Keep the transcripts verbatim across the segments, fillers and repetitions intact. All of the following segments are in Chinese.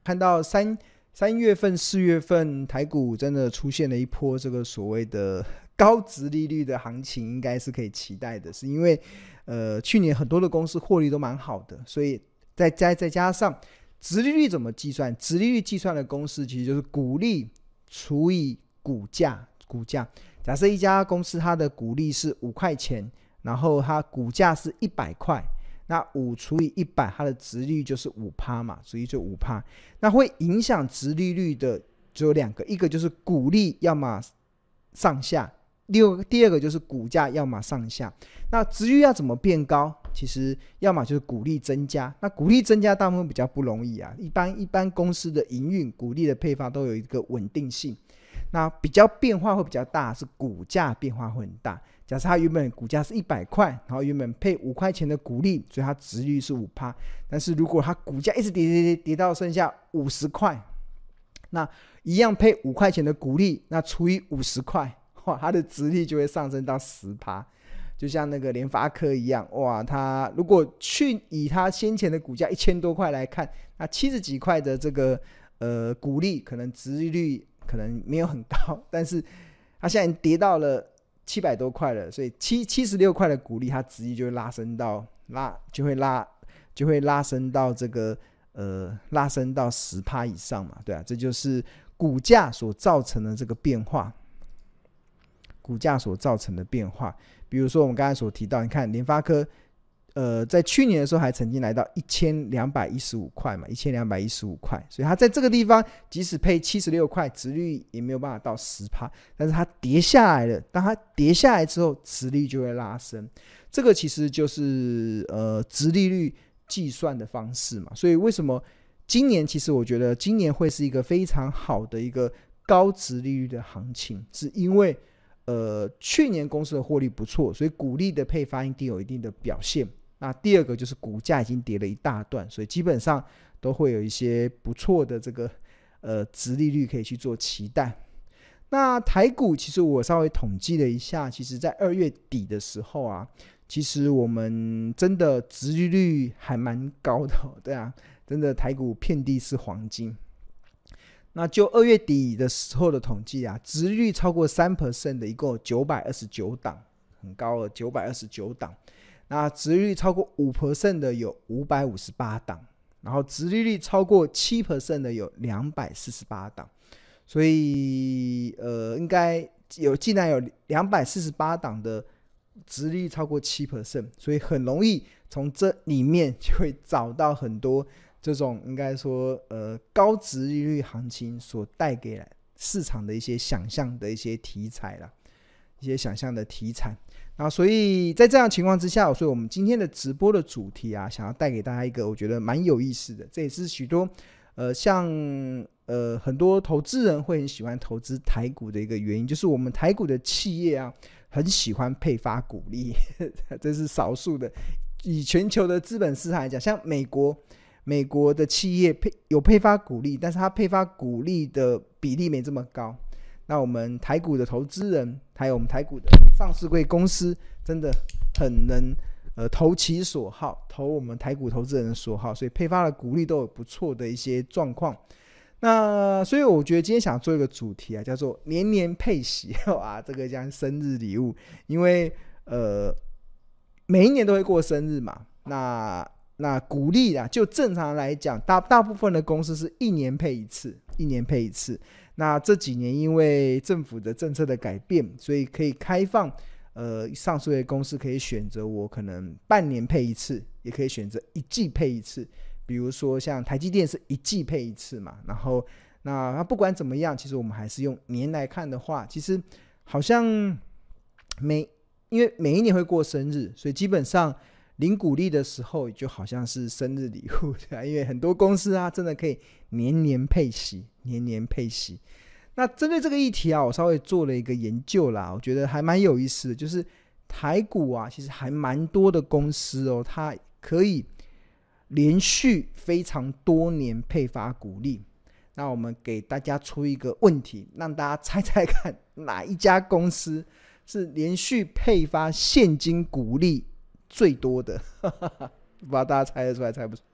看到三三月份、四月份台股真的出现了一波这个所谓的高殖利率的行情，应该是可以期待的，是因为呃去年很多的公司获利都蛮好的，所以再再再加上殖利率怎么计算？殖利率计算的公式其实就是股利除以股价。股价假设一家公司它的股利是五块钱，然后它股价是一百块，那五除以一百，它的殖利率就是 百分之五 嘛，所以就 百分之五。那会影响殖利率的只有两个，一个就是股利要么上下，第二个就是股价要么上下。那殖利率要怎么变高？其实要么就是股利增加，那股利增加大部分比较不容易啊。一般一般公司的营运股利的配发都有一个稳定性，那比较变化会比较大，是股价变化会很大。假设它原本股价是一百块，然后原本配五块钱的股利，所以它殖利率是 百分之五。但是如果它股价一直跌跌跌跌到剩下五十块，那一样配五块钱的股利，那除以五十块，哇，它的殖利率就会上升到 百分之十。就像那个联发科一样，哇，它如果去以它先前的股价一千多块来看，那七十几块的这个呃股利，可能殖利率可能没有很高，但是它现在跌到了七百多块了，所以七七十六块的股利，它殖利率就会拉升到拉就会拉就会拉升到这个呃拉升到 百分之十 以上嘛，对啊，这就是股价所造成的这个变化，股价所造成的变化。比如说我们刚才所提到，你看联发科呃，在去年的时候还曾经来到一千两百一十五块嘛，一千两百一十五块，所以它在这个地方即使配七十六块，殖利率也没有办法到 百分之十， 但是它跌下来了，当它跌下来之后，殖利率就会拉升。这个其实就是呃殖利率计算的方式嘛，所以为什么今年其实我觉得今年会是一个非常好的一个高殖利率的行情，是因为呃，去年公司的获利不错，所以股利的配发一定有一定的表现。那第二个就是股价已经跌了一大段，所以基本上都会有一些不错的这个呃殖利率可以去做期待。那台股其实我稍微统计了一下，其实在二月底的时候啊，其实我们真的殖利率还蛮高的，对啊，真的台股遍地是黄金。那就二月底的时候的统计啊，殖利率超过 百分之三 的一共有九百二十九档，很高了，九百二十九档。那殖利率超过 百分之五 的有五百五十八档，然后殖利率超过 百分之七 的有两百四十八档。所以呃，应该有竟然有两百四十八档的殖利率超过 百分之七， 所以很容易从这里面就会找到很多这种应该说呃高殖利率行情所带给市场的一些想象的一些题材啦，一些想象的题材。那所以在这样的情况之下，所以我们今天的直播的主题啊，想要带给大家一个我觉得蛮有意思的，这也是许多呃像呃很多投资人会很喜欢投资台股的一个原因，就是我们台股的企业啊很喜欢配发股利这是少数的。以全球的资本市场来讲，像美国美国的企业配有配发股利，但是它配发股利的比例没这么高。那我们台股的投资人还有我们台股的上市柜公司真的很能呃投其所好，投我们台股投资人的所好，所以配发的股利都有不错的一些状况。那所以我觉得今天想做一个主题啊，叫做年年配息啊，这个像生日礼物，因为呃每一年都会过生日嘛，那那股利啊，就正常来讲，大大部分的公司是一年配一次，一年配一次。那这几年因为政府的政策的改变，所以可以开放，呃，上市的公司可以选择我可能半年配一次，也可以选择一季配一次。比如说像台积电是一季配一次嘛，然后那不管怎么样，其实我们还是用年来看的话，其实好像每因为每一年会过生日，所以基本上领股利的时候就好像是生日礼物，对啊，因为很多公司啊真的可以年年配息，年年配息。那针对这个议题啊，我稍微做了一个研究啦，我觉得还蛮有意思的，就是台股啊其实还蛮多的公司哦，它可以连续非常多年配发股利。那我们给大家出一个问题，让大家猜猜看哪一家公司是连续配发现金股利最多的不知道大家猜得出来猜不出来。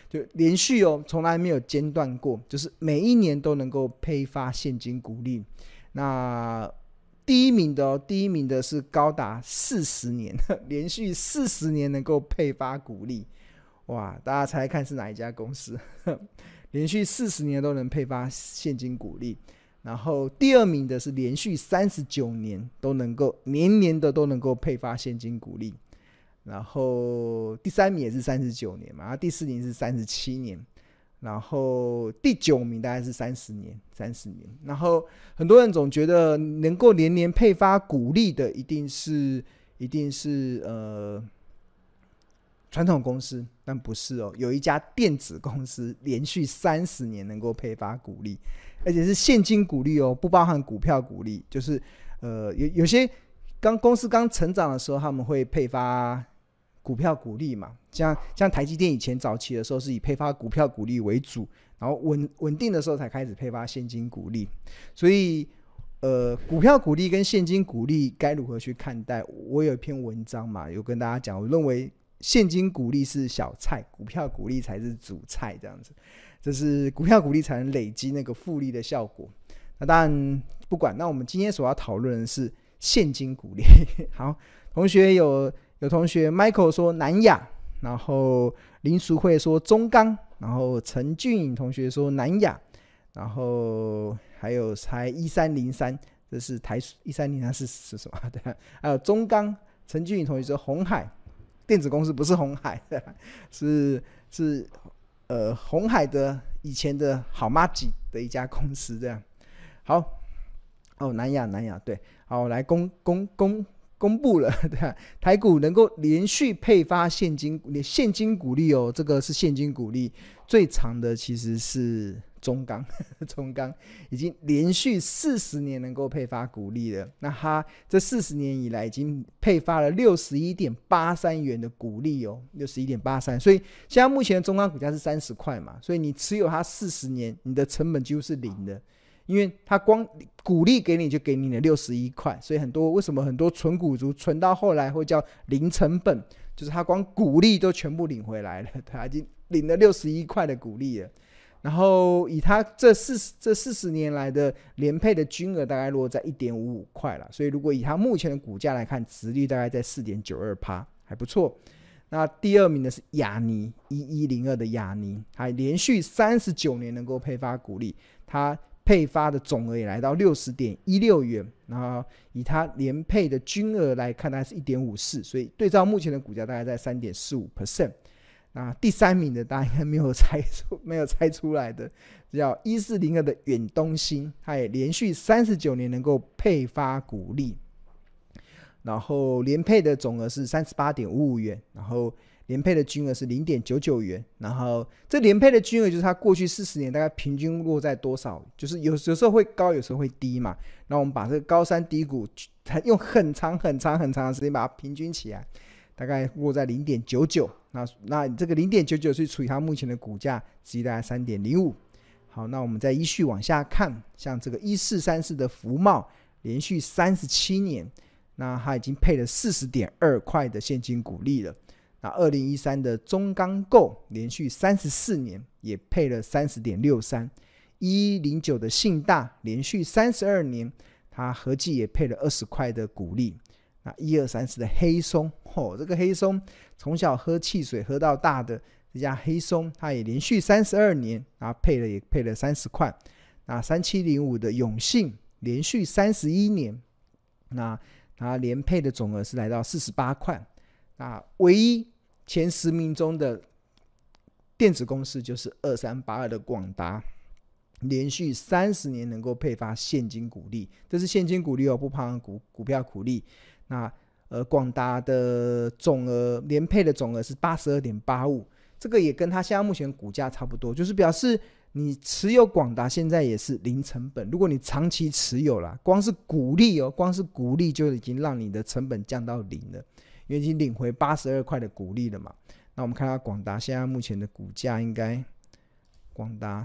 就连续哦，从来没有间断过，就是每一年都能够配发现金股利。那第一名的哦，第一名的是高达四十年，连续四十年能够配发股利。哇，大家猜看是哪一家公司？连续四十年都能配发现金股利。然后第二名的是连续三十九年都能够年年的都能够配发现金股利。然后第三名也是三十九年嘛，然后第四名是三十七年，然后第九名大概是三十年，三十年。然后很多人总觉得能够年年配发股利的一定是一定是呃传统公司，但不是哦。有一家电子公司连续三十年能够配发股利，而且是现金股利哦，不包含股票股利。就是呃有有些刚公司刚成长的时候，他们会配发股票股利嘛，像像台积电以前早期的时候是以配发股票股利为主，然后稳稳定的时候才开始配发现金股利。所以呃，股票股利跟现金股利该如何去看待？我有一篇文章嘛，有跟大家讲，我认为现金股利是小菜，股票股利才是主菜，这样子。这是股票股利才能累积那个复利的效果。那当然不管，那我们今天所要讨论的是现金股利。好，同学有有同学 Michael 说南亚，然后林淑慧说中钢，然后陈俊颖同学说南亚，然后还有才一三零三，这是台一三零三是是什么？对，还有中钢，陈俊颖同学说鸿海。电子公司不是鸿海，是是呃鸿海的以前的好麻吉的一家公司，这样。好，哦，南亚南亚对，好，来公公公公布了，对吧？台股能够连续配发现金现金股利哦，这个是现金股利最长的，其实是中钢，中钢已经连续四十年能够配发股利了。那它这四十年以来已经配发了六十一点八三元的股利哦，六十一点八三。所以现在目前的中钢股价是三十块嘛，所以你持有它四十年，你的成本几乎是零的。因为他光股利给你就给你了六十一块，所以很多为什么很多存股族存到后来会叫零成本，就是他光股利都全部领回来了，他已经领了六十一块的股利了。然后以他这四这四十年来的连配的金额大概落在 一点五五块了，所以如果以他目前的股价来看，殖利率大概在 四点九二趴， 还不错。那第二名的是亚尼一一零二的亚尼，还连续三十九年能够配发股利，他配发的总额也来到 六十点一六元，然后以它连配的金额来看，它是 一点五四， 所以对照目前的股价大概在 三点四五%。那第三名的大家应该没有猜出没有猜出来的，叫一四零二的远东新，它也连续三十九年能够配发股利，然后连配的总额是 三十八点五五元，然后连配的金额是 零点九九元，然后这连配的金额就是它过去四十年大概平均落在多少，就是有时候会高有时候会低嘛，然后我们把这个高山低谷用很长很长很长的时间把它平均起来，大概落在 零点九九， 那那这个 零点九九 是除以它目前的股价值大概 三点零五。 好，那我们再依序往下看，像这个一四三四的福茂连续三十七年，那它已经配了 四十点二块的现金股利了。那二零一三的中钢构连续三十四年也配了 三十点六三， 一一零九的信大连续三十二年，它合计也配了二十块的股利。那一二三四的黑松、哦、这个黑松从小喝汽水喝到大的这家黑松，它也连续三十二年，然后配了也配了三十块。那三七零五的永信连续三十一年，那它连配的总额是来到四十八块。那唯一前十名中的电子公司就是二三八二的广达，连续三十年能够配发现金股利，这是现金股利哦，不包含 股, 股票股利。那呃，广达的总额连配的总额是 八十二点八五， 这个也跟它现在目前股价差不多，就是表示你持有广达现在也是零成本。如果你长期持有啦，光是股利哦，光是股利就已经让你的成本降到零了，因为已经领回八十二块的股利了嘛。那我们看到广达现在目前的股价，应该广达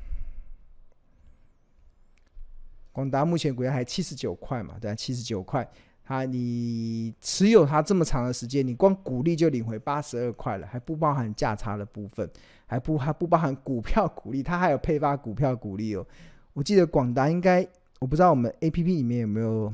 广达目前股价还七十九块嘛，对，七十九块。它你持有它这么长的时间，你光股利就领回八十二块了，还不包含价差的部分， 还不还不包含股票股利，它还有配发股票股利哦。我记得广达应该，我不知道我们 A P P 里面有没有。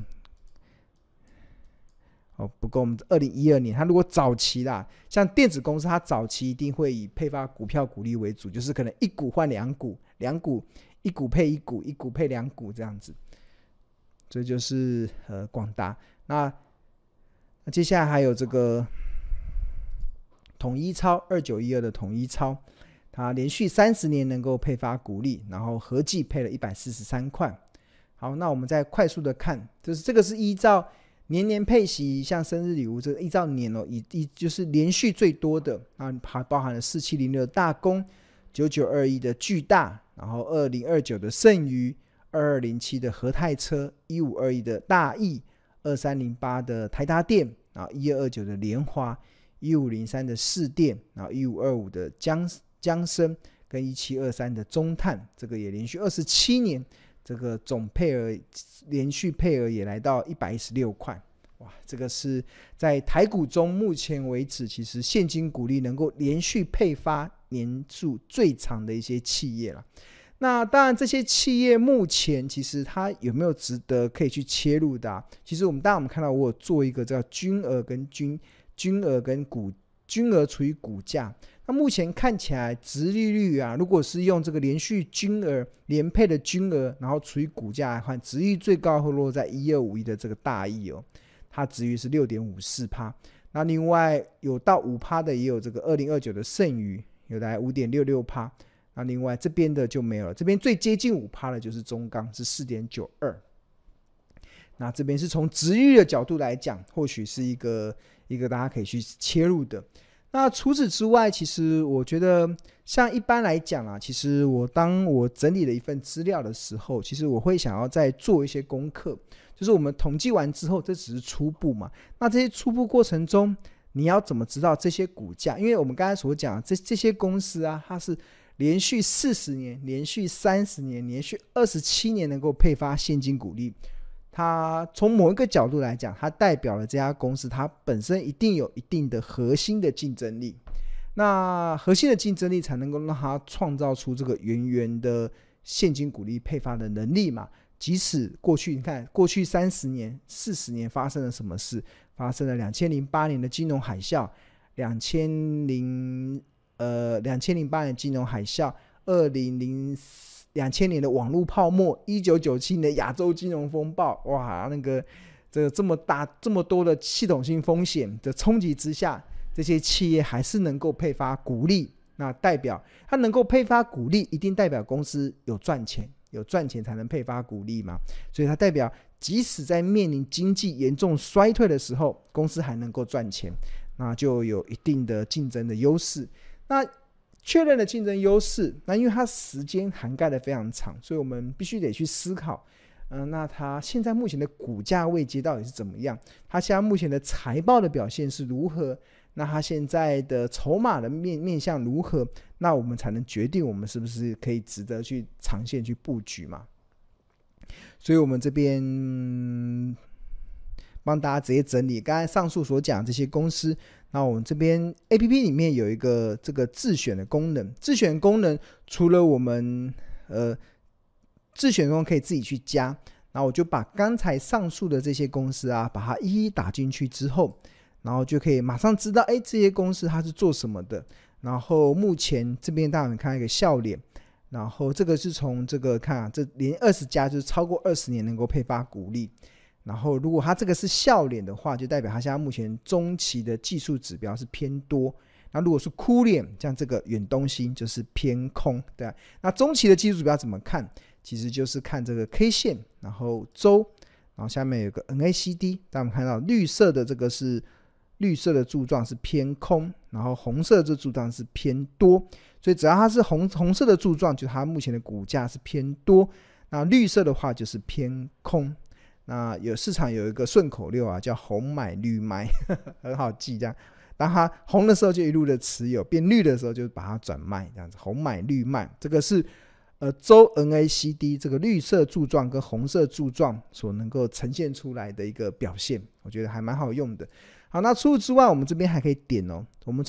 哦，不过我们二零一二年，它如果早期啦，像电子公司，它早期一定会以配发股票股利为主，就是可能一股换两股，两股一股配一股，一股配两股这样子。这就是呃广达。那那接下来还有这个统一超二九一二的统一超，它连续三十年能够配发股利，然后合计配了一百四十三块。好，那我们再快速的看，就是这个是依照年年配息，像生日礼物这个依照年哦，以以就是连续最多的啊，还包含了四七零六的大功，九九二一的巨大，然后二零二九的盛余，二二零七的和泰车，一五二一的大益，二三零八的台达电，然后一二二九的联华，一五零三的士电，然后一五二五的江江生，跟一七二三的中碳，这个也连续二十七年。这个总配额连续配额也来到一百一十六块，哇，这个是在台股中目前为止，其实现金股利能够连续配发年数最长的一些企业了。那当然，这些企业目前其实它有没有值得可以去切入的、啊？其实我们当然我们看到，我有做一个叫均额跟均均额跟股均额除以股价。那目前看起来殖利率啊，如果是用这个连续均额连配的均额，然后除以股价来换，殖利率最高会落在一二五一的这个大益哦，它殖利率是 百分之六点五四。 那另外有到 百分之五 的也有这个二零二九的盛余，有来 百分之五点六六。 那另外这边的就没有了，这边最接近 百分之五 的就是中钢，是 四点九二。 那这边是从殖利率的角度来讲，或许是一个一个大家可以去切入的。那除此之外，其实我觉得像一般来讲啊，其实我当我整理了一份资料的时候，其实我会想要再做一些功课，就是我们统计完之后，这只是初步嘛，那这些初步过程中你要怎么知道这些股价？因为我们刚才所讲这这些公司啊，它是连续四十年、连续三十年、连续二十七年能够配发现金股利，它从某一个角度来讲，它代表了这家公司它本身一定有一定的核心的竞争力。那核心的竞争力才能够让它创造出这个源源的现金股利配发的能力嘛。即使过去你看过去三十年、四十年发生了什么事？发生了两千零八年的金融海啸，两千零呃两千零八年金融海啸，二零零两千年的网络泡沫，一九九七年的亚洲金融风暴，哇，那个这个这么大这么多的系统性风险的冲击之下，这些企业还是能够配发股利，那代表它能够配发股利，一定代表公司有赚钱，有赚钱才能配发股利嘛，所以它代表即使在面临经济严重衰退的时候，公司还能够赚钱，那就有一定的竞争的优势。那确认了竞争优势，那因为它时间涵盖的非常长，所以我们必须得去思考，呃、那它现在目前的股价位阶到底是怎么样？它现在目前的财报的表现是如何？那它现在的筹码的 面, 面向如何？那我们才能决定我们是不是可以值得去长线去布局嘛？所以我们这边、嗯、帮大家直接整理刚才上述所讲的这些公司。那我们这边 A P P 里面有一个这个自选的功能，自选功能除了我们呃自选功能可以自己去加，然后我就把刚才上述的这些公司啊，把它一一打进去之后，然后就可以马上知道，哎，这些公司它是做什么的。然后目前这边大家看一个笑脸，然后这个是从这个看啊，这连二十家就是超过二十年能够配发股利。然后如果它这个是笑脸的话，就代表它现在目前中期的技术指标是偏多。那如果是哭脸，像这个远东新就是偏空，对、啊、那中期的技术指标怎么看？其实就是看这个 K 线，然后周，然后下面有个 N A C D， 大家我们看到绿色的这个是绿色的柱状是偏空，然后红色的这柱状是偏多，所以只要它是 红, 红色的柱状，就它目前的股价是偏多，那绿色的话就是偏空。那有市场有一个顺口溜啊，叫红买绿卖，很好记，这样当它红的时候就一路的持有，变绿的时候就把它转卖，这样子红买绿卖。这个是呃周 N A C D 这个绿色柱状跟红色柱状所能够呈现出来的一个表现，我觉得还蛮好用的。好，那除此之外，我们这边还可以点哦，我们从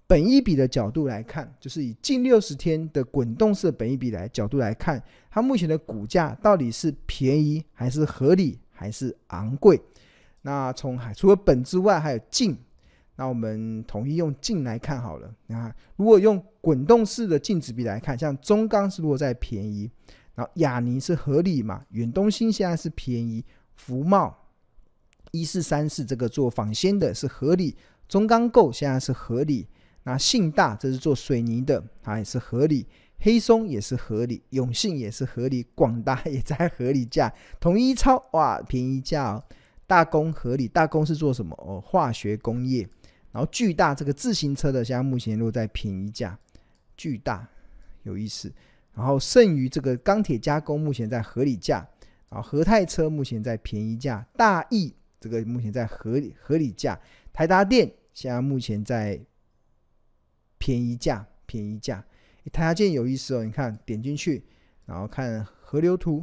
本益比的角度来看，就是以近六十天的滚动式的本益比来角度来看，它目前的股价到底是便宜还是合理还是昂贵。那从除了本之外还有净，那我们统一用净来看好了。那如果用滚动式的净值比来看，像中钢是落在便宜，然后亚泥是合理嘛，远东新现在是便宜，福茂一四三四这个做纺纤的是合理，中钢构现在是合理，那信大这是做水泥的，它也是合理，黑松也是合理，永信也是合理，广达也在合理价，统一超哇便宜价哦，大工合理，大工是做什么哦？化学工业，然后巨大这个自行车的现在目前落在便宜价，巨大有意思，然后剩余这个钢铁加工目前在合理价，然后和泰车目前在便宜价，大益这个目前在合理合理价，台达电现在目前在便宜价便宜价。台达电有意思哦，你看点进去，然后看河流图，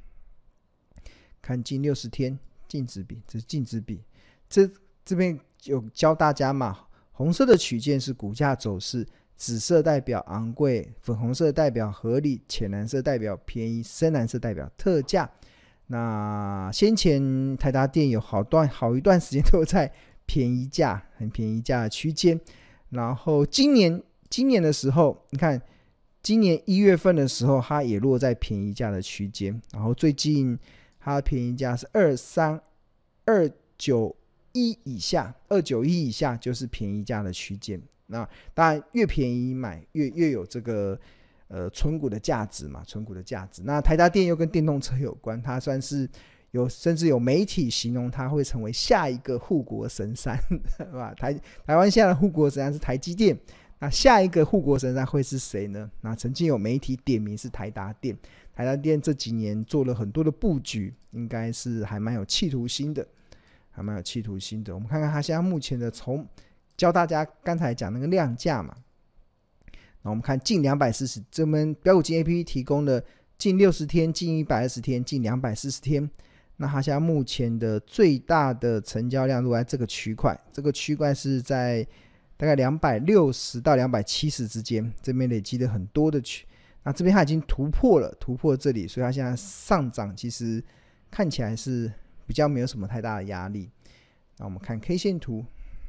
看近六十天净值比，这是净值比，这这边有教大家嘛，红色的曲线是股价走势，紫色代表昂贵，粉红色代表合理，浅蓝色代表便宜，深蓝色代表特价。那先前台达电有好段好一段时间都在便宜价很便宜价的区间，然后今年今年的时候，你看今年一月份的时候它也落在便宜价的区间，然后最近它的便宜价是二三二九一以下，二九一以下就是便宜价的区间。那当然越便宜买 越, 越有这个呃存股的价值嘛，存股的价值。那台达电又跟电动车有关，它算是有甚至有媒体形容它会成为下一个护国神山，台台湾现在的护国神山是台积电，那下一个护国神山会是谁呢？那曾经有媒体点名是台达电，台达电这几年做了很多的布局，应该是还蛮有企图心的，还蛮有企图心的。我们看看它现在目前的筹，教大家刚才讲那个量价嘛。那我们看近两百四十，这边标股金 A P P 提供了近六十天、近一百二十天、近两百四十天。那它现在目前的最大的成交量落在这个区块，这个区块是在大概两百六十到两百七十之间，这边累积了很多的区。那这边它已经突破了，突破这里，所以它现在上涨其实看起来是比较没有什么太大的压力。那我们看 K 线图，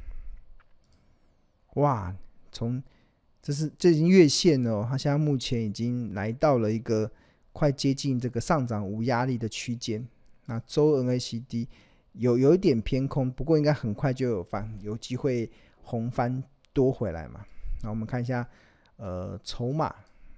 哇，从这是这已经月线了哦，它现在目前已经来到了一个快接近这个上涨无压力的区间。那周 N A C D 有有一点偏空，不过应该很快就有翻，有机会红翻多回来嘛。那我们看一下呃筹码，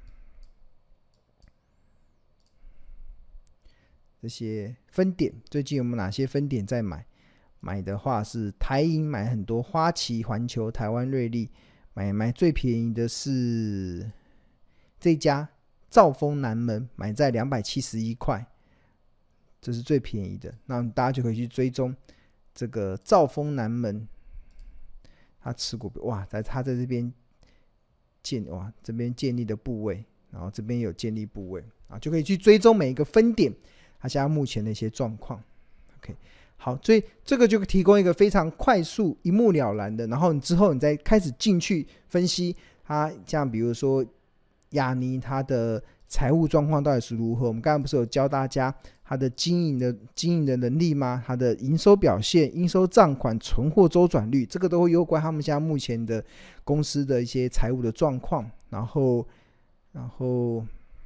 这些分点最近有没有哪些分点在买？买的话是台银买很多，花旗、环球、台湾瑞利，买买最便宜的是这家兆丰南门，买在两百七十一块，这是最便宜的。那大家就可以去追踪这个兆丰南门，他持股哇，在他在这边建哇这边建立的部位，然后这边有建立部位啊，就可以去追踪每一个分点，它现在目前的一些状况。OK。好，所以这个就提供一个非常快速一目了然的，然后你之后你再开始进去分析它，像比如说亚泥它的财务状况到底是如何，我们刚才不是有教大家它的经营的经营的能力吗？它的营收表现、应收账款、存货周转率，这个都会攸关他们现在目前的公司的一些财务的状况，然后然后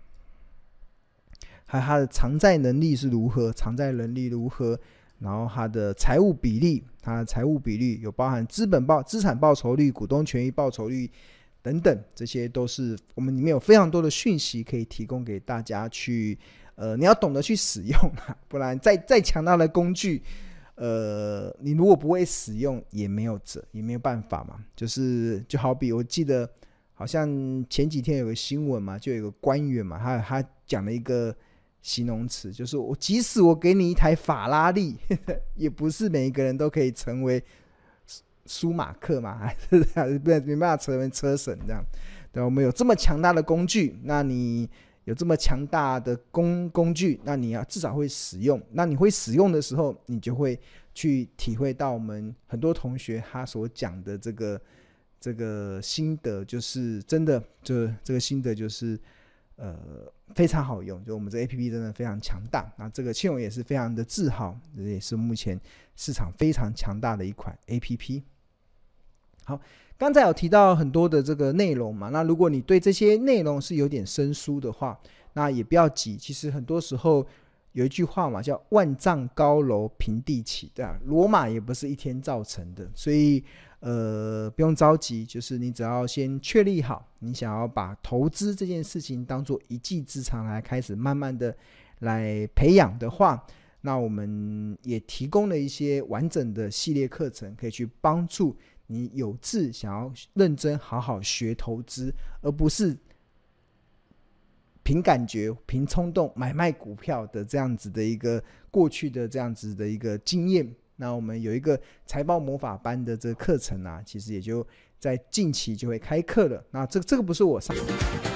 还有它的偿债能力是如何，偿债能力如何，然后它的财务比例，它的财务比率有包含资本报、资产报酬率、股东权益报酬率等等，这些都是我们里面有非常多的讯息可以提供给大家去，呃，你要懂得去使用啊，不然再再强大的工具，呃，你如果不会使用也没有辙，也没有办法嘛。就是就好比我记得好像前几天有个新闻嘛，就有个官员嘛，他他讲了一个形容词，就是我即使我给你一台法拉利，也不是每一个人都可以成为舒马克嘛，还是还是没办法成为车神这样。对，我们有这么强大的工具，那你有这么强大的 工, 工具，那你要至少会使用。那你会使用的时候，你就会去体会到我们很多同学他所讲的这个。 这个心得就是真的，就这个心得就是呃非常好用，就我们这 A P P 真的非常强大。那这个庆荣也是非常的自豪，这也是目前市场非常强大的一款 A P P。好，刚才有提到很多的这个内容嘛，那如果你对这些内容是有点生疏的话，那也不要急。其实很多时候有一句话嘛，叫万丈高楼平地起，对啊，罗马也不是一天造成的，所以呃不用着急，就是你只要先确立好，你想要把投资这件事情当做一技之长来开始慢慢的来培养的话，那我们也提供了一些完整的系列课程，可以去帮助你有志想要认真好好学投资，而不是凭感觉凭冲动买卖股票的这样子的一个过去的这样子的一个经验。那我们有一个财报魔法班的这个课程啊，其实也就在近期就会开课了。那这这个不是我上